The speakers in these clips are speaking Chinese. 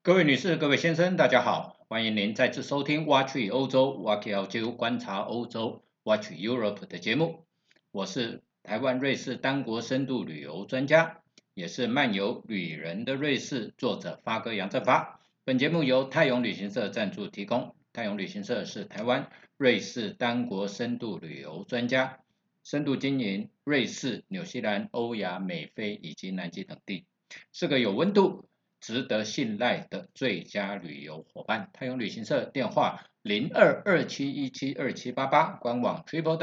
各位女士、各位先生，大家好，欢迎您再次收听 Watch 欧洲 Watch 澳洲观察欧洲 Watch Europe 的节目。我是台湾瑞士单国深度旅游专家，也是漫游旅人的瑞士作者发哥杨振发。本节目由泰永旅行社赞助提供。泰永旅行社是台湾瑞士单国深度旅游专家，深度经营瑞士、纽西兰、欧亚、美非以及南极等地，是个有温度值得信赖的最佳旅游伙伴。泰永旅行社电话0227172788，官网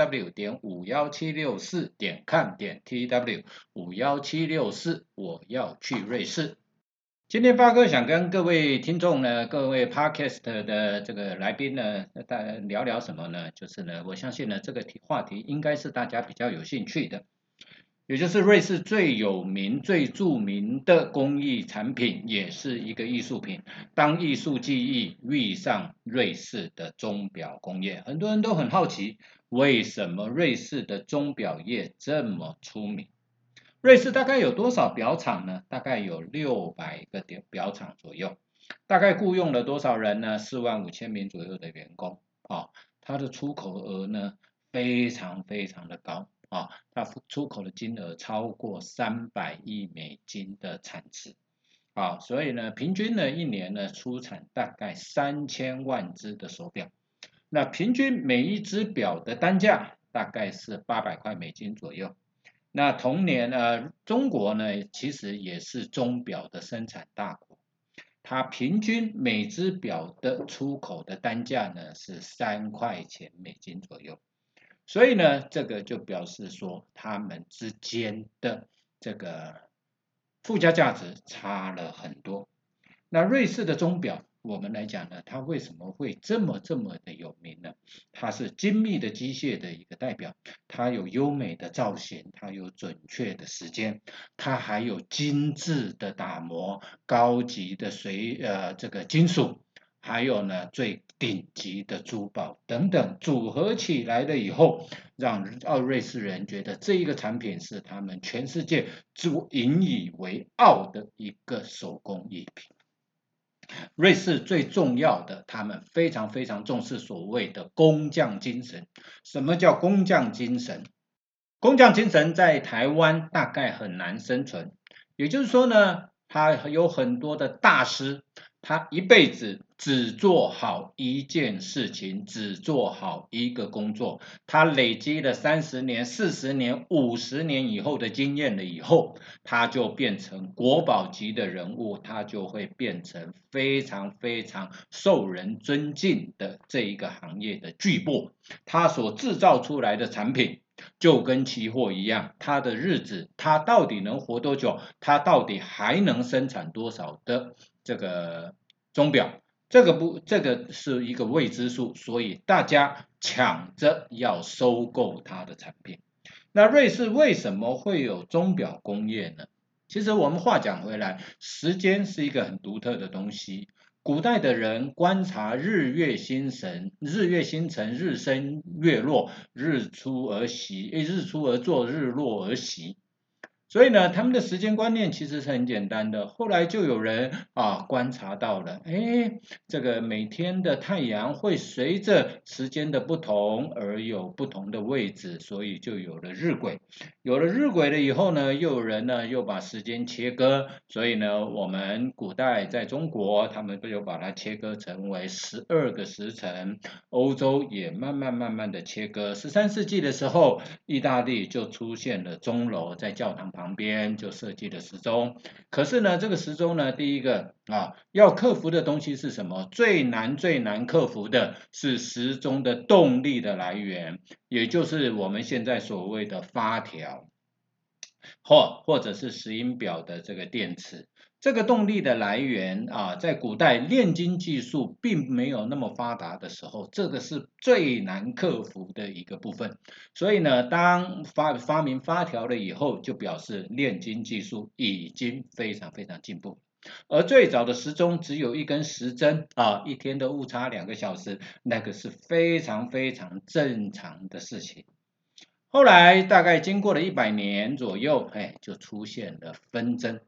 www.51764.com.tw51764，我要去瑞士。今天发哥想跟各位听众呢，各位 podcast 的这个来宾呢，聊聊什么呢？就是呢，我相信呢，这个话题应该是大家比较有兴趣的。也就是瑞士最有名、最著名的工艺产品，也是一个艺术品。当艺术技艺遇上瑞士的钟表工业，很多人都很好奇，为什么瑞士的钟表业这么出名？瑞士大概有多少表厂呢？大概有600个表厂左右，大概雇佣了多少人呢？45000名左右的员工。它的出口额呢，非常非常的高。它出口的金额超过300亿美金的产值。所以呢，平均呢一年呢出产大概3000万只的手表。那平均每一只表的单价大概是800块美金左右。那同年中国呢其实也是钟表的生产大国，它平均每只表的出口的单价呢是3块钱美金左右。所以呢，这个就表示说，他们之间的这个附加价值差了很多。那瑞士的钟表，我们来讲呢，它为什么会这么的有名呢？它是精密的机械的一个代表，它有优美的造型，它有准确的时间，它还有精致的打磨，高级的这个金属。还有呢，最顶级的珠宝等等组合起来了以后，让瑞士人觉得这一个产品是他们全世界引以为傲的一个手工艺品。瑞士最重要的，他们非常非常重视所谓的工匠精神。什么叫工匠精神？工匠精神在台湾大概很难生存，也就是说呢，他有很多的大师，他一辈子只做好一件事情，只做好一个工作，他累积了30年、40年、50年以后的经验了以后，他就变成国宝级的人物，他就会变成非常非常受人尊敬的这一个行业的巨擘。他所制造出来的产品就跟期货一样，它的日子，它到底能活多久，它到底还能生产多少的这个钟表，这个是一个未知数，所以大家抢着要收购它的产品。那瑞士为什么会有钟表工业呢？其实我们话讲回来，时间是一个很独特的东西。古代的人观察日月星辰，日升月落，日出而作，日落而息。所以呢，他们的时间观念其实是很简单的。后来就有人观察到了，这个每天的太阳会随着时间的不同而有不同的位置，所以就有了日晷。有了日晷了以后呢，又有人呢又把时间切割，所以呢，我们古代在中国，他们就把它切割成为12个时辰。欧洲也慢慢的切割。13世纪的时候，意大利就出现了钟楼，在教堂旁边就设计了时钟。可是呢，这个时钟呢，第一个要克服的东西是什么？最难克服的是时钟的动力的来源，也就是我们现在所谓的发条，或者是石英表的这个电池。这个动力的来源在古代炼金技术并没有那么发达的时候，这个是最难克服的一个部分。所以呢，当发明发条了以后，就表示炼金技术已经非常非常进步。而最早的时钟只有一根时针一天的误差2个小时，那个是非常非常正常的事情。后来大概经过了100年左右，就出现了分针。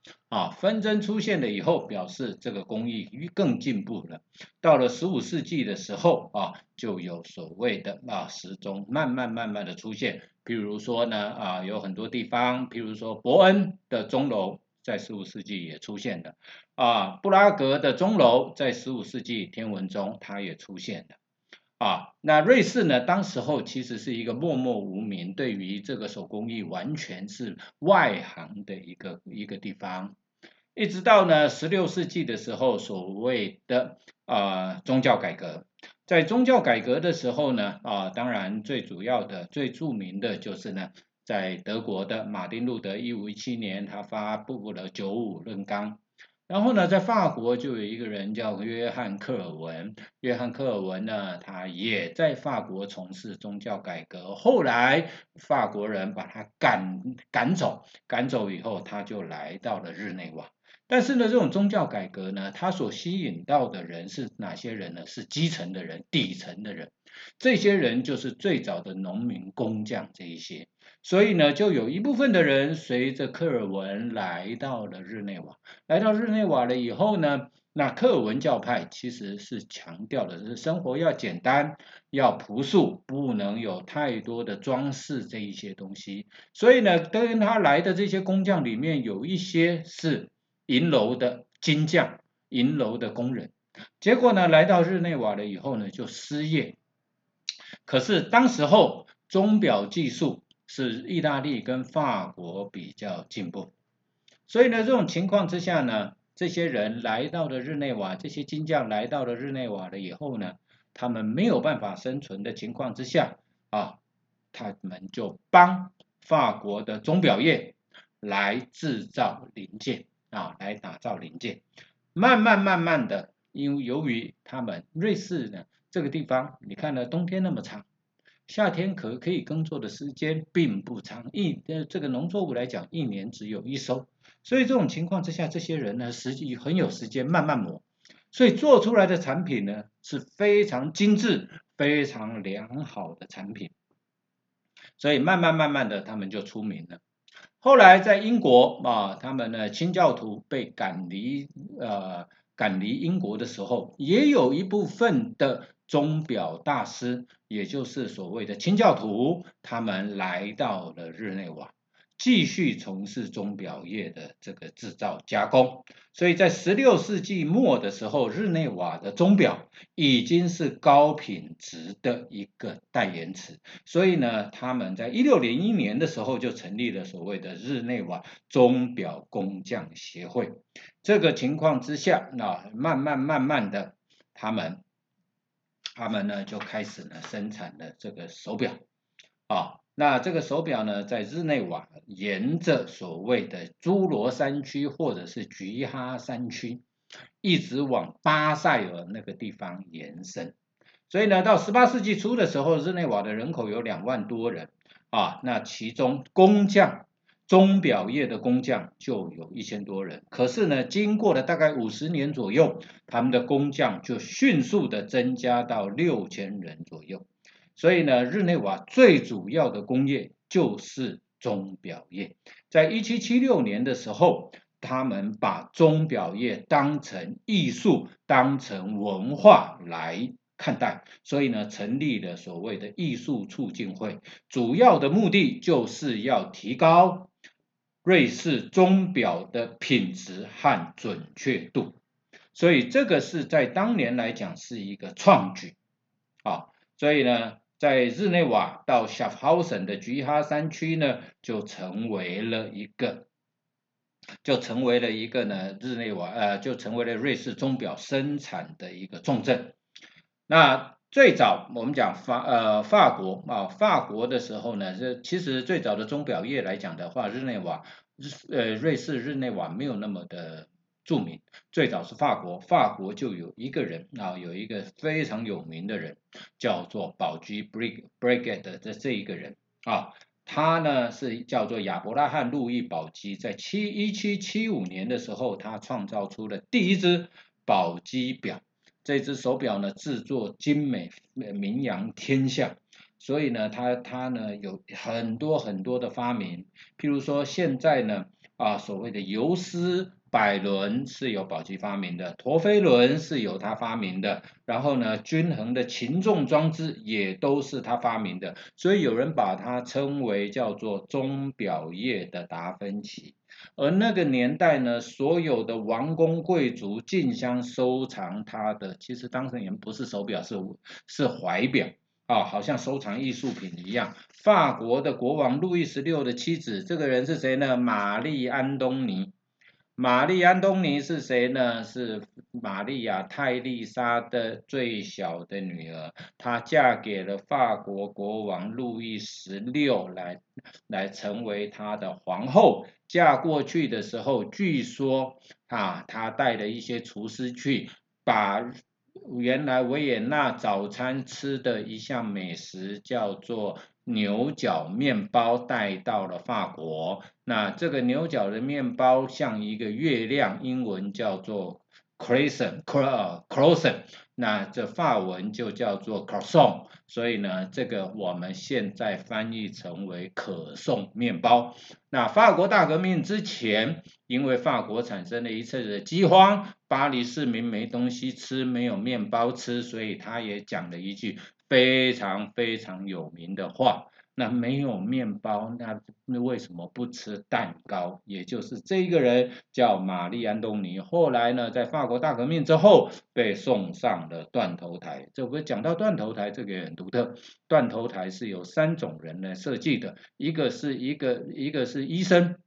纷争出现了以后，表示这个工艺更进步了。到了15世纪的时候就有所谓的时钟慢慢的出现。譬如说呢有很多地方，譬如说伯恩的钟楼在15世纪也出现了布拉格的钟楼在15世纪天文钟它也出现了。那瑞士呢，当时候其实是一个默默无名，对于这个手工艺完全是外行的一个地方。一直到呢16世纪的时候，所谓的宗教改革，在宗教改革的时候呢当然最主要的、最著名的就是呢，在德国的马丁路德1517年，他发布了95论纲。然后呢，在法国就有一个人叫约翰克尔文，约翰克尔文呢，他也在法国从事宗教改革。后来法国人把他赶走，赶走以后，他就来到了日内瓦。但是呢，这种宗教改革呢，它所吸引到的人是哪些人呢？是基层的人、底层的人。这些人就是最早的农民、工匠这一些。所以呢，就有一部分的人随着科尔文来到了日内瓦。来到日内瓦了以后呢，那科尔文教派其实是强调的是生活要简单、要朴素，不能有太多的装饰这一些东西。所以呢，跟他来的这些工匠里面，有一些是银楼的金匠、银楼的工人。结果呢，来到日内瓦了以后呢，就失业。可是当时候钟表技术是意大利跟法国比较进步，所以呢，这种情况之下呢，这些人来到了日内瓦，这些金匠来到了日内瓦了以后呢，他们没有办法生存的情况之下他们就帮法国的钟表业来制造零件来打造零件。慢慢的，由于他们瑞士呢这个地方，你看呢，冬天那么长，夏天可以耕作的时间并不长，这个农作物来讲，一年只有一收，所以这种情况之下，这些人呢，实际很有时间慢慢磨，所以做出来的产品呢是非常精致、非常良好的产品，所以慢慢的，他们就出名了。后来在英国他们呢清教徒被赶离英国的时候，也有一部分的钟表大师，也就是所谓的清教徒，他们来到了日内瓦，继续从事钟表业的这个制造加工。所以在16世纪末的时候，日内瓦的钟表已经是高品质的一个代言词。所以呢，他们在1601年的时候就成立了所谓的日内瓦钟表工匠协会。这个情况之下，慢慢的，他们呢就开始呢生产了这个手表那这个手表呢，在日内瓦沿着所谓的侏罗山区或者是菊哈山区，一直往巴塞尔那个地方延伸。所以呢，到18世纪初的时候，日内瓦的人口有2万多人那其中工匠、钟表业的工匠就有1000多人。可是呢，经过了大概50年左右，他们的工匠就迅速的增加到6000人左右。所以呢，日内瓦最主要的工业就是钟表业。在1776年的时候，他们把钟表业当成艺术、当成文化来看待，所以呢，成立了所谓的艺术促进会，主要的目的就是要提高瑞士钟表的品质和准确度。所以这个是在当年来讲是一个创举所以呢，在日内瓦到 Schaffhausen 的菊哈山区呢，就成为了一个呢日内瓦就成为了瑞士钟表生产的一个重镇。那最早我们讲法国的时候呢，其实最早的钟表业来讲的话，瑞士日内瓦没有那么的著名。最早是法国就有一个人有一个非常有名的人，叫做宝居 Breguet 的这一个人他呢是叫做亚伯拉罕路易宝鸡，在1775年的时候，他创造出了第一只宝鸡表。这只手表呢制作精美，名扬天下。所以呢，他呢有很多的发明，譬如说现在呢， 所谓的游丝摆轮是由宝鸡发明的，陀飞轮是由他发明的，然后呢，均衡的擒纵装置也都是他发明的，所以有人把它称为叫做钟表业的达芬奇。而那个年代呢，所有的王公贵族竞相收藏他的，其实当年不是手表，是怀表。好像收藏艺术品一样。法国的国王路易16的妻子，这个人是谁呢？玛丽安东尼。玛丽安东尼是谁呢？是玛丽亚泰丽莎的最小的女儿，她嫁给了法国国王路易16来成为他的皇后。嫁过去的时候，据说她带了一些厨师去把原来维也纳早餐吃的一项美食叫做牛角面包带到了法国。那这个牛角的面包像一个月亮，英文叫做 croissant，那这法文就叫做 croissant，所以呢，这个我们现在翻译成为可颂面包。那法国大革命之前，因为法国产生了一次的饥荒，巴黎市民没东西吃，没有面包吃，所以他也讲了一句非常非常有名的话。那没有面包，那为什么不吃蛋糕？也就是这一个人叫玛丽安东尼，后来呢，在法国大革命之后被送上了断头台。这不讲到断头台，这个也很独特。断头台是由3种人来设计的，一个是医生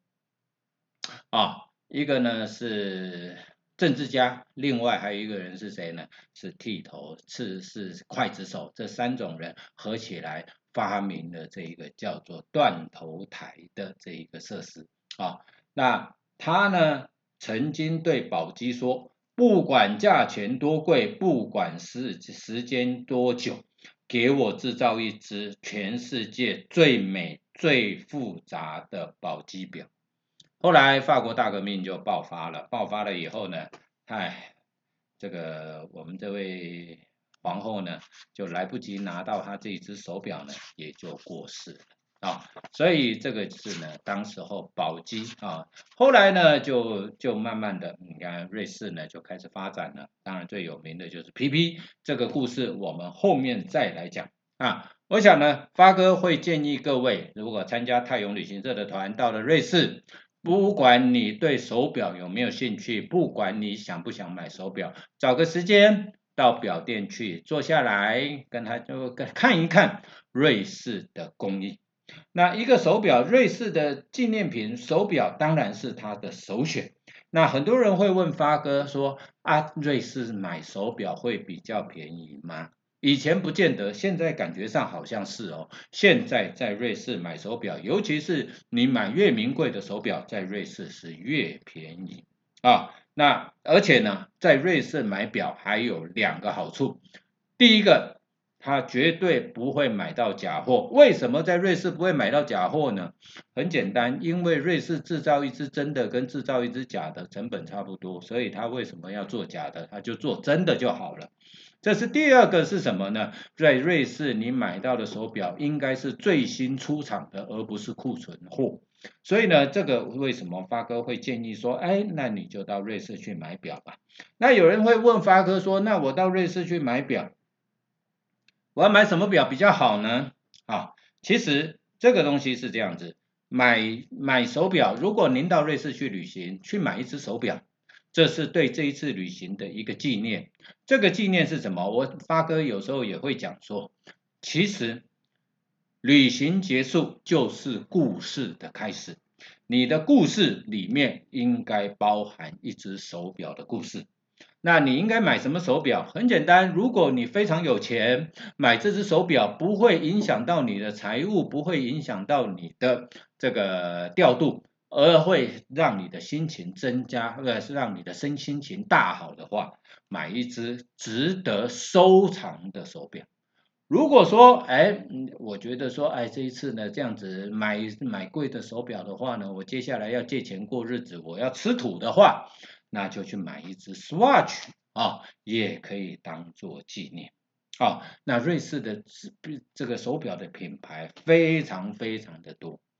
一个呢是政治家，另外还有一个人是谁呢？是剃头，是刽子手，这3种人合起来发明了这一个叫做断头台的这一个设施那他呢曾经对宝鸡说，不管价钱多贵，不管时间多久，给我制造一只全世界最美最复杂的宝鸡表。后来法国大革命就爆发了，爆发了以后呢，这个我们这位皇后呢，就来不及拿到她这一只手表呢，也就过世了所以这个是呢，当时候宝鸡后来呢就慢慢的，你看瑞士呢就开始发展了，当然最有名的就是 PP， 这个故事我们后面再来讲我想呢，发哥会建议各位，如果参加泰永旅行社的团到了瑞士，不管你对手表有没有兴趣，不管你想不想买手表，找个时间到表店去坐下来，跟他就看一看瑞士的工艺。那一个手表，瑞士的纪念品手表当然是它的首选。那很多人会问发哥说瑞士买手表会比较便宜吗？以前不见得，现在感觉上好像是现在在瑞士买手表，尤其是你买越名贵的手表，在瑞士是越便宜那而且呢，在瑞士买表还有2个好处。第一个，它绝对不会买到假货。为什么在瑞士不会买到假货呢？很简单，因为瑞士制造一只真的跟制造一只假的成本差不多，所以它为什么要做假的？它就做真的就好了。这是第二个是什么呢？在瑞士你买到的手表应该是最新出厂的，而不是库存货。所以呢，这个为什么发哥会建议说，那你就到瑞士去买表吧。那有人会问发哥说，那我到瑞士去买表，我要买什么表比较好呢？其实这个东西是这样子，买手表，如果您到瑞士去旅行，去买一只手表，这是对这一次旅行的一个纪念。这个纪念是什么？我发哥有时候也会讲说，其实旅行结束就是故事的开始，你的故事里面应该包含一只手表的故事。那你应该买什么手表？很简单，如果你非常有钱，买这只手表不会影响到你的财务，不会影响到你的这个调度，而会让你的心情增加，是让你的心情大好的话，买一只值得收藏的手表。如果说，我觉得说，这一次呢，这样子买贵的手表的话呢，我接下来要借钱过日子，我要吃土的话，那就去买一只 Swatch 也可以当做纪念那瑞士的这个手表的品牌非常非常的多。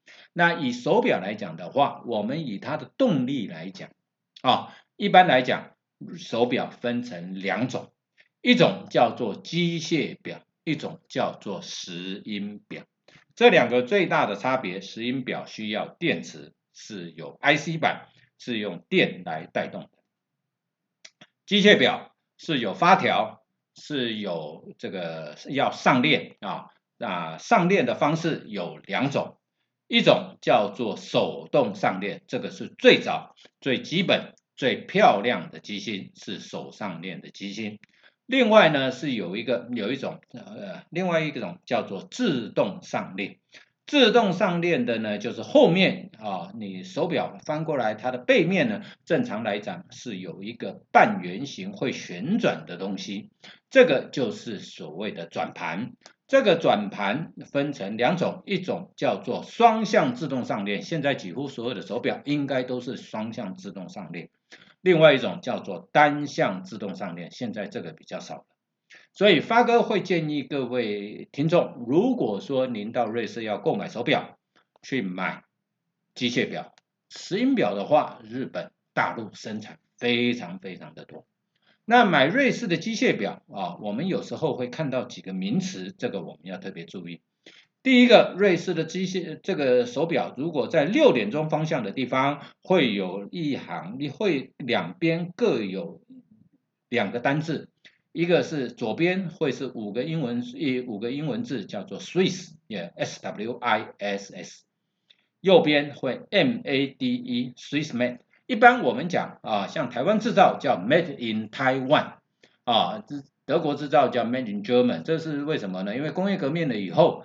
那以手表来讲的话，我们以它的动力来讲一般来讲，手表分成两种，一种叫做机械表，一种叫做石英表。这两个最大的差别，石英表需要电池，是有 IC 板，是用电来带动的。机械表是有发条，是有这个要上链上链的方式有两种，一种叫做手动上链，这个是最早、最基本、最漂亮的机芯，是手上链的机芯。另外呢是有一种另外一种叫做自动上链。自动上链的呢，就是后面你手表翻过来，它的背面呢，正常来讲是有一个半圆形会旋转的东西，这个就是所谓的转盘。这个转盘分成两种，一种叫做双向自动上链，现在几乎所有的手表应该都是双向自动上链。另外一种叫做单向自动上链，现在这个比较少了。所以发哥会建议各位听众，如果说您到瑞士要购买手表，去买机械表、石英表的话，日本、大陆生产非常非常的多。那买瑞士的机械表我们有时候会看到几个名词，这个我们要特别注意。第一个，瑞士的这个手表，如果在6点钟方向的地方，会有一行，会两边各有两个单字，一个是左边会是五个英文字，叫做 Swiss， SWISS， 右边会 MADE Swiss Made。一般我们讲像台湾制造叫 Made in Taiwan，德国制造叫 Made in German， 这是为什么呢？因为工业革命了以后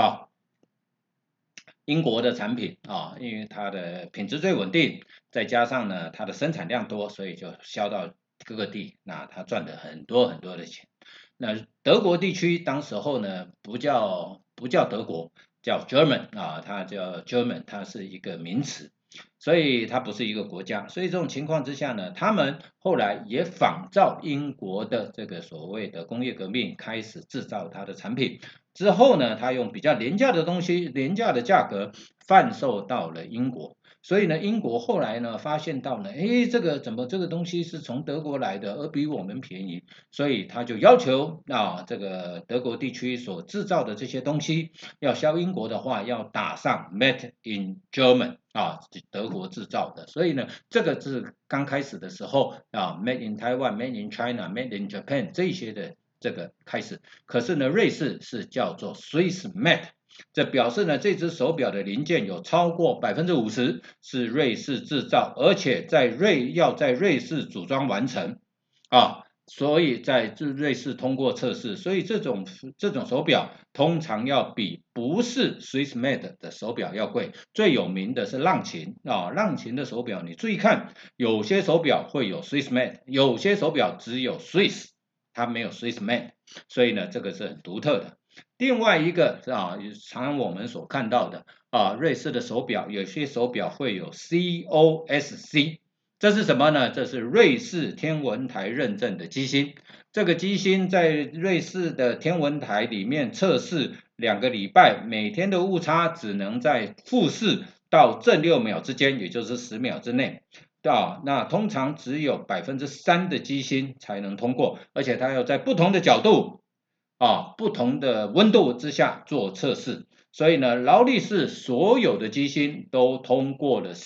英国的产品因为它的品质最稳定，再加上呢它的生产量多，所以就销到各个地，那它赚了很多很多的钱。那德国地区当时候呢不叫德国，叫 German 它叫 German， 它是一个名词，所以它不是一个国家。所以这种情况之下呢，他们后来也仿照英国的这个所谓的工业革命，开始制造它的产品。之后呢，他用比较廉价的东西、廉价的价格贩售到了英国。所以呢，英国后来呢发现到呢，这个怎么这个东西是从德国来的，而比我们便宜，所以他就要求这个德国地区所制造的这些东西要销英国的话，要打上 Made in German 德国制造的。所以呢，这个是刚开始的时候Made in Taiwan、Made in China、Made in Japan 这些的这个开始。可是呢，瑞士是叫做 Swiss Made。这表示呢，这只手表的零件有超过50%是瑞士制造，而且要在瑞士组装完成所以在瑞士通过测试，所以这种手表通常要比不是 Swiss Made 的手表要贵。最有名的是浪琴浪琴的手表，你注意看，有些手表会有 Swiss Made， 有些手表只有 Swiss， 它没有 Swiss Made， 所以呢，这个是很独特的。另外一个常我们所看到的瑞士的手表，有些手表会有 COSC， 这是什么呢？这是瑞士天文台认证的机芯。这个机芯在瑞士的天文台里面测试2个礼拜，每天的误差只能在-4到-6秒之间，也就是10秒之内。那通常只有 3% 的机芯才能通过，而且它要在不同的角度不同的温度之下做测试。所以呢，劳力士所有的机芯都通过了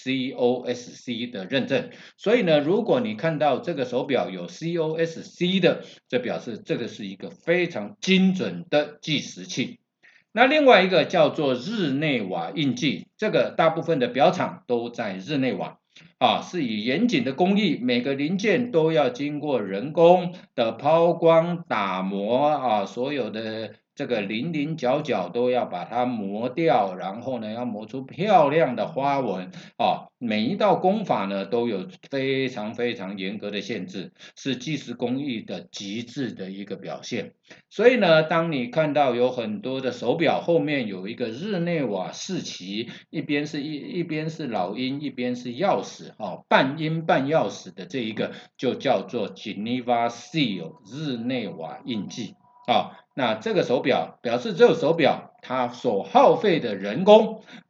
COSC 的认证。所以呢，如果你看到这个手表有 COSC 的，这表示这个是一个非常精准的计时器。那另外一个叫做日内瓦印记，这个大部分的表厂都在日内瓦是以严谨的工艺，每个零件都要经过人工的抛光打磨所有的这个棱棱角角都要把它磨掉，然后呢要磨出漂亮的花纹每一道工法呢都有非常非常严格的限制，是计时工艺的极致的一个表现。所以呢，当你看到有很多的手表后面有一个日内瓦世旗，一边是老鹰，一边是钥匙半鹰半钥匙的这一个就叫做 Geneva Seal 日内瓦印记那这个手表表示这个手表它所耗费的人工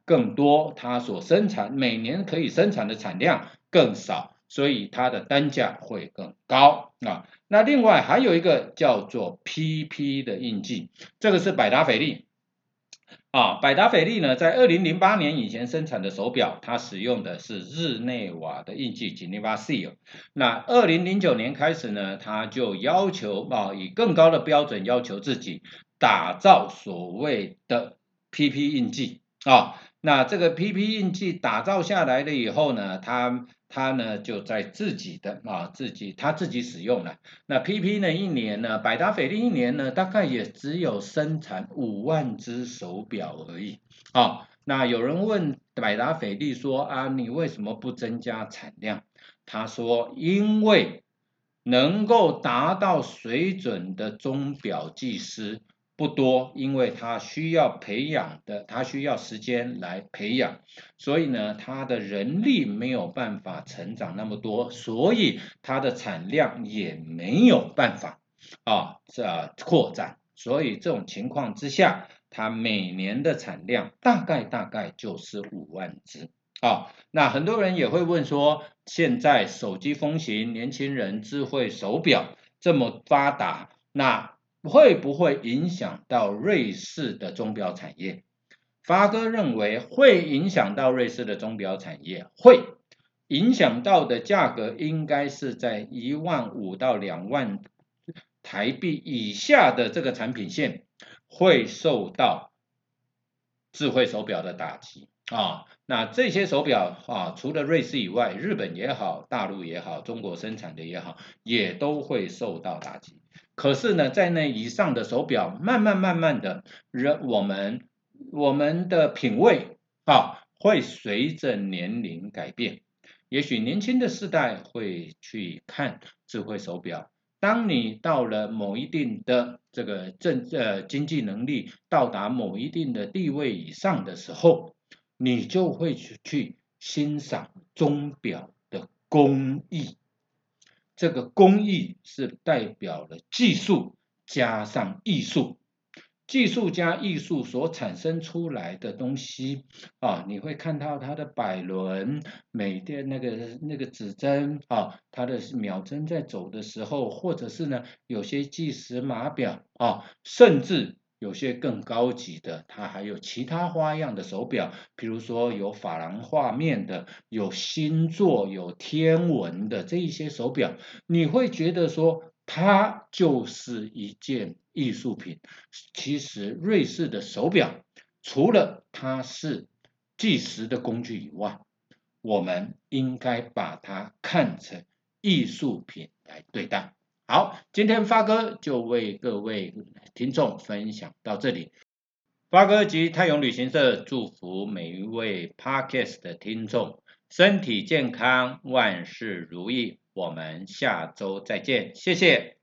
更多，它所生产每年可以生产的产量更少，所以它的单价会更高啊。那另外还有一个叫做 PP 的印记，这个是百达翡丽。百达翡丽呢，在2008年以前生产的手表，它使用的是日内瓦的印记 Geneva Seal。那2009年开始呢，它就要求以更高的标准要求自己打造所谓的 PP 印记那这个 PP 印记打造下来了以后呢，它呢就在自己的他自己使用了。那 PP 呢一年呢，百达翡丽一年呢大概也只有生产5万只手表而已那有人问百达翡丽说你为什么不增加产量？他说因为能够达到水准的钟表技师不多，因为他需要培养的，他需要时间来培养，所以呢，他的人力没有办法成长那么多，所以他的产量也没有办法扩展，所以这种情况之下，他每年的产量大概就是5万只那很多人也会问说，现在手机风行，年轻人智慧手表这么发达，那会不会影响到瑞士的钟表产业？发哥认为会影响到瑞士的钟表产业，会影响到的价格应该是在15000到2万台币以下的这个产品线会受到智慧手表的打击那这些手表除了瑞士以外，日本也好，大陆也好，中国生产的也好，也都会受到打击。可是呢，在那以上的手表，慢慢的，我们的品味会随着年龄改变。也许年轻的世代会去看智慧手表，当你到了某一定的这个经济能力到达某一定的地位以上的时候，你就会去欣赏钟表的工艺。这个工艺是代表了技术加上艺术，技术加艺术所产生出来的东西你会看到它的摆轮，每天那个指针它的秒针在走的时候，或者是呢有些计时码表甚至有些更高级的，它还有其他花样的手表，比如说有珐琅画面的，有星座，有天文的这一些手表，你会觉得说它就是一件艺术品。其实瑞士的手表除了它是计时的工具以外，我们应该把它看成艺术品来对待。好，今天发哥就为各位听众分享到这里。发哥及泰永旅行社祝福每一位 Podcast 的听众身体健康，万事如意。我们下周再见，谢谢。